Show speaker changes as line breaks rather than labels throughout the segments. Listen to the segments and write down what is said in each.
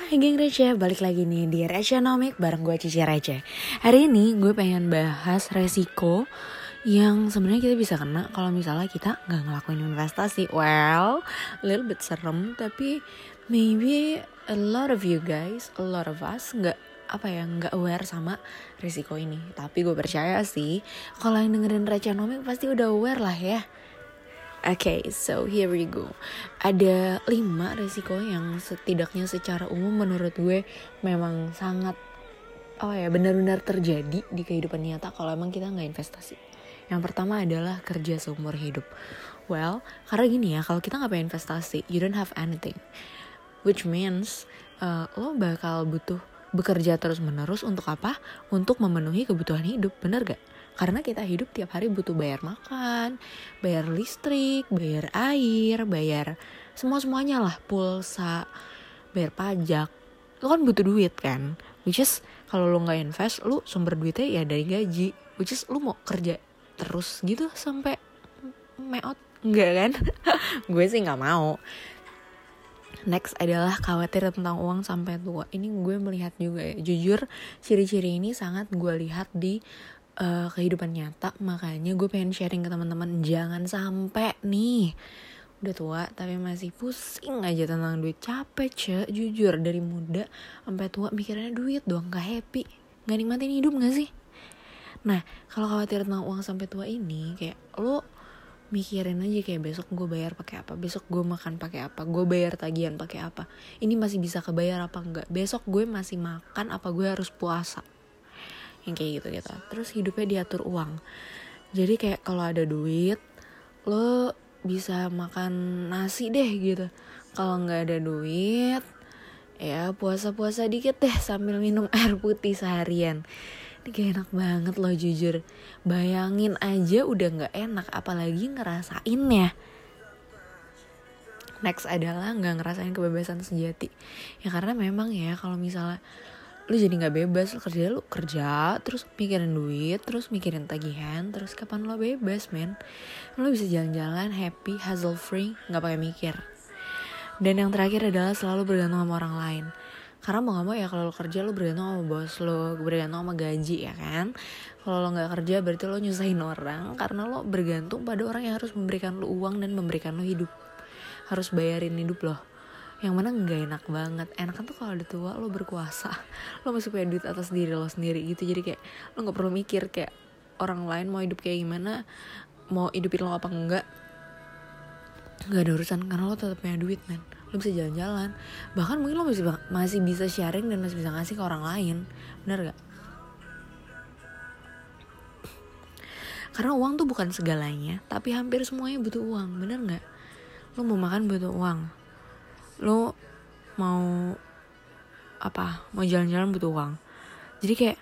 Hai geng receh, balik lagi nih di Recehnomic bareng gue Cici Receh. Hari ini gue pengen bahas resiko yang sebenarnya kita bisa kena kalau misalnya kita nggak ngelakuin investasi. Well, a little bit serem, tapi maybe a lot of you guys, a lot of us nggak aware sama risiko ini. Tapi gue percaya sih kalau yang dengerin Recehnomic pasti udah aware lah ya. Okay, so here we go. Ada 5 resiko yang setidaknya secara umum menurut gue memang sangat benar-benar terjadi di kehidupan nyata kalau emang kita nggak investasi. Yang pertama adalah kerja seumur hidup. Well, karena gini ya, kalau kita nggak pengen investasi, you don't have anything, which means lo bakal butuh bekerja terus-menerus untuk apa? Untuk memenuhi kebutuhan hidup, bener gak? Karena kita hidup tiap hari butuh bayar makan, bayar listrik, bayar air, bayar semuanya lah, pulsa, bayar pajak. Lo kan butuh duit kan, which is kalau lo nggak invest, lo sumber duitnya ya dari gaji, which is lo mau kerja terus gitu sampai meot, enggak kan? Gue sih nggak mau. Next adalah khawatir tentang uang sampai tua. Ini gue melihat juga ya, jujur ciri-ciri ini sangat gue lihat di kehidupan nyata. Makanya gue pengen sharing ke teman-teman, jangan sampai nih udah tua tapi masih pusing aja tentang duit. Capek jujur, dari muda sampai tua mikirnya duit doang, gak happy, gak nikmatin hidup gak sih? Nah, kalau khawatir tentang uang sampai tua ini, kayak lo mikirin aja kayak besok gue bayar pakai apa, besok gue makan pakai apa, gue bayar tagihan pakai apa, ini masih bisa kebayar apa enggak, besok gue masih makan apa gue harus puasa, yang kayak gitu. Terus hidupnya diatur uang. Jadi kayak kalau ada duit, lo bisa makan nasi deh gitu. Kalau nggak ada duit, ya puasa-puasa dikit deh sambil minum air putih seharian. Ini gak enak banget loh jujur. Bayangin aja udah gak enak, apalagi ngerasainnya. Next adalah gak ngerasain kebebasan sejati. Ya karena memang ya kalau misalnya lu jadi gak bebas, lu kerja, terus mikirin duit, terus mikirin tagihan, terus kapan lo bebas, men? Lu bisa jalan-jalan happy, hassle free, gak pakai mikir. Dan yang terakhir adalah selalu bergantung sama orang lain. Karena mau gak mau ya kalau lo kerja lo bergantung sama bos lo, bergantung sama gaji ya kan. Kalau lo gak kerja berarti lo nyusahin orang, karena lo bergantung pada orang yang harus memberikan lo uang dan memberikan lo hidup, harus bayarin hidup lo. Yang mana gak enak banget. Enakan tuh kalau udah tua lo berkuasa, lo masih punya duit atas diri lo sendiri gitu. Jadi kayak lo gak perlu mikir kayak orang lain mau hidup kayak gimana, mau hidupin lo apa enggak, gak ada urusan, karena lo tetap punya duit, men. Lo bisa jalan-jalan, bahkan mungkin lo masih bisa sharing dan masih bisa ngasih ke orang lain, bener gak? Karena uang tuh bukan segalanya, tapi hampir semuanya butuh uang, bener gak? Lo mau makan butuh uang, lo mau jalan-jalan butuh uang. Jadi kayak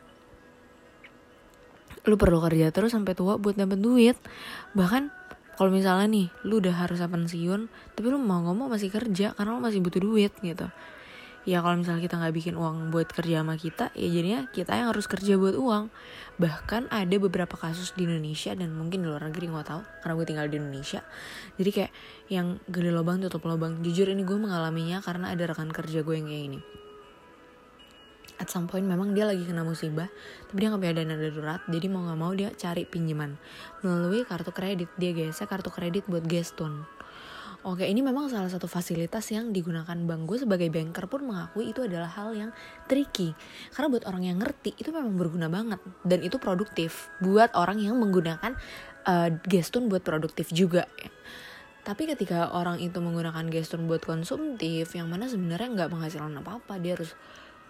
lo perlu kerja terus sampai tua buat dapet duit. Bahkan kalau misalnya nih lu udah harus pensiun, tapi lu mau ngomong masih kerja karena lu masih butuh duit gitu. Ya kalau misalnya kita gak bikin uang buat kerja sama kita, ya jadinya kita yang harus kerja buat uang. Bahkan ada beberapa kasus di Indonesia dan mungkin di luar negeri, gak tahu karena gue tinggal di Indonesia. Jadi kayak yang gali lubang tutup lubang. Jujur ini gue mengalaminya karena ada rekan kerja gue yang kayak gini. At some point memang dia lagi kena musibah, tapi dia gak punya dana darurat, jadi mau gak mau dia cari pinjaman melalui kartu kredit. Dia gesek kartu kredit buat gestun. Oke, ini memang salah satu fasilitas yang digunakan bank. Gue sebagai banker pun mengakui itu adalah hal yang tricky, karena buat orang yang ngerti itu memang berguna banget, dan itu produktif buat orang yang menggunakan gestun buat produktif juga. Tapi ketika orang itu menggunakan gestun buat konsumtif, yang mana sebenarnya gak menghasilkan apa-apa, dia harus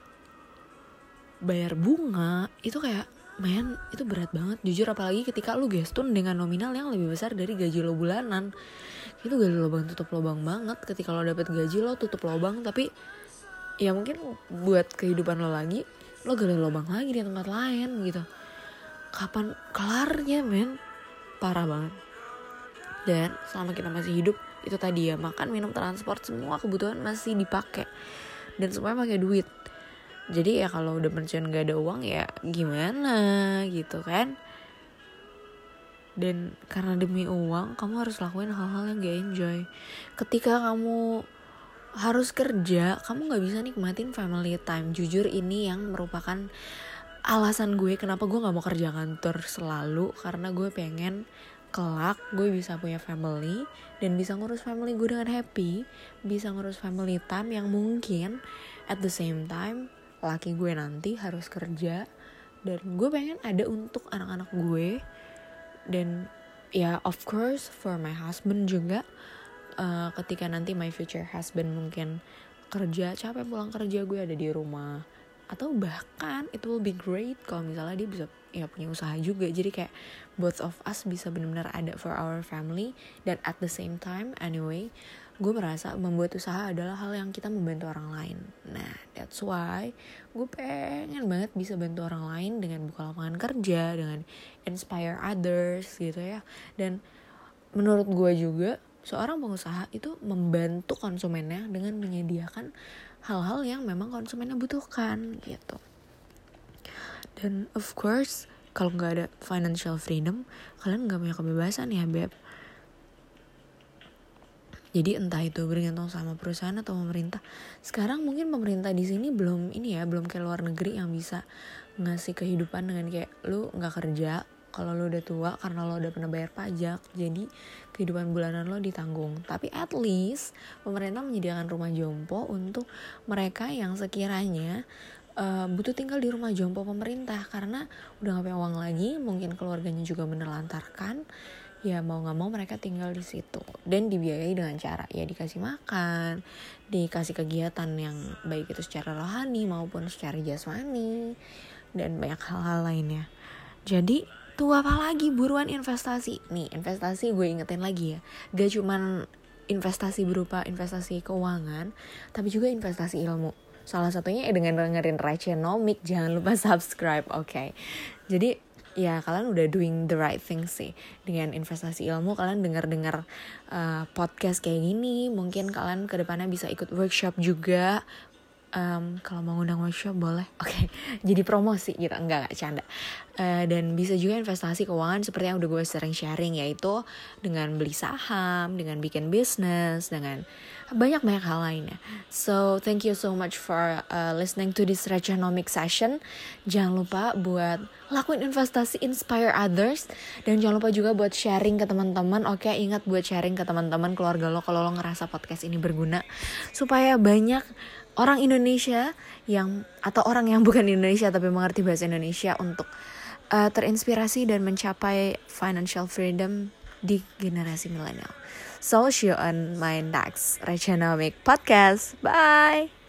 bayar bunga, itu kayak itu berat banget jujur. Apalagi ketika lu gestun dengan nominal yang lebih besar dari gaji lo bulanan, itu gali lubang tutup lubang banget. Ketika lo dapet gaji lo tutup lubang, tapi ya mungkin buat kehidupan lo lagi, lo gali lubang lagi di tempat lain gitu. Kapan kelarnya, men? Parah banget. Dan selama kita masih hidup, itu tadi ya, makan, minum, transport, semua kebutuhan masih dipakai, dan semuanya pakai duit. Jadi ya kalau udah pensiun gak ada uang ya gimana gitu kan. Dan karena demi uang kamu harus lakuin hal-hal yang gak enjoy. Ketika kamu harus kerja, kamu gak bisa nikmatin family time. Jujur ini yang merupakan alasan gue kenapa gue gak mau kerja kantor selalu. Karena gue pengen kelak gue bisa punya family dan bisa ngurus family gue dengan happy, bisa ngurus family time yang mungkin at the same time laki gue nanti harus kerja. Dan gue pengen ada untuk anak-anak gue. Dan ya of course for my husband juga. Ketika nanti my future husband mungkin kerja, capek pulang kerja, gue ada di rumah. Atau bahkan it will be great kalau misalnya dia bisa ya punya usaha juga. Jadi kayak both of us bisa benar-benar ada for our family. Dan at the same time anyway, gue merasa membuat usaha adalah hal yang kita membantu orang lain. Nah that's why gue pengen banget bisa bantu orang lain dengan buka lapangan kerja, dengan inspire others gitu ya. Dan menurut gue juga seorang pengusaha itu membantu konsumennya dengan menyediakan hal-hal yang memang konsumennya butuhkan gitu. Dan of course kalau gak ada financial freedom, kalian gak punya kebebasan ya beb. Jadi entah itu bergantung sama perusahaan atau pemerintah. Sekarang mungkin pemerintah di sini belum kayak luar negeri yang bisa ngasih kehidupan dengan kayak lu gak kerja kalau lo udah tua karena lo udah pernah bayar pajak, jadi kehidupan bulanan lo ditanggung. Tapi at least pemerintah menyediakan rumah jompo untuk mereka yang sekiranya butuh tinggal di rumah jompo pemerintah karena udah gak punya uang lagi, mungkin keluarganya juga menelantarkan. Ya mau gak mau mereka tinggal di situ dan dibiayai dengan cara ya dikasih makan, dikasih kegiatan yang baik itu secara rohani maupun secara jasmani dan banyak hal-hal lainnya. Jadi tuh apa lagi, buruan investasi. Nih investasi gue ingetin lagi ya, gak cuman investasi berupa investasi keuangan, tapi juga investasi ilmu. Salah satunya dengan dengerin Recenomik. Jangan lupa subscribe, okay? Jadi ya kalian udah doing the right thing sih. Dengan investasi ilmu kalian dengar podcast kayak gini. Mungkin kalian kedepannya bisa ikut workshop juga. Kalau mau ngundang workshop boleh, oke. Jadi promosi gitu, enggak canda. Dan bisa juga investasi keuangan seperti yang udah gue sering sharing, yaitu dengan beli saham, dengan bikin bisnis, dengan banyak hal lainnya. So thank you so much for listening to this Recenomik session. Jangan lupa buat lakuin investasi, inspire others, dan jangan lupa juga buat sharing ke teman-teman. Oke, ingat buat sharing ke teman-teman keluarga lo kalau lo ngerasa podcast ini berguna, supaya banyak orang Indonesia atau orang yang bukan Indonesia tapi mengerti bahasa Indonesia untuk terinspirasi dan mencapai financial freedom di generasi milenial. So see you on my next Recenomik podcast. Bye.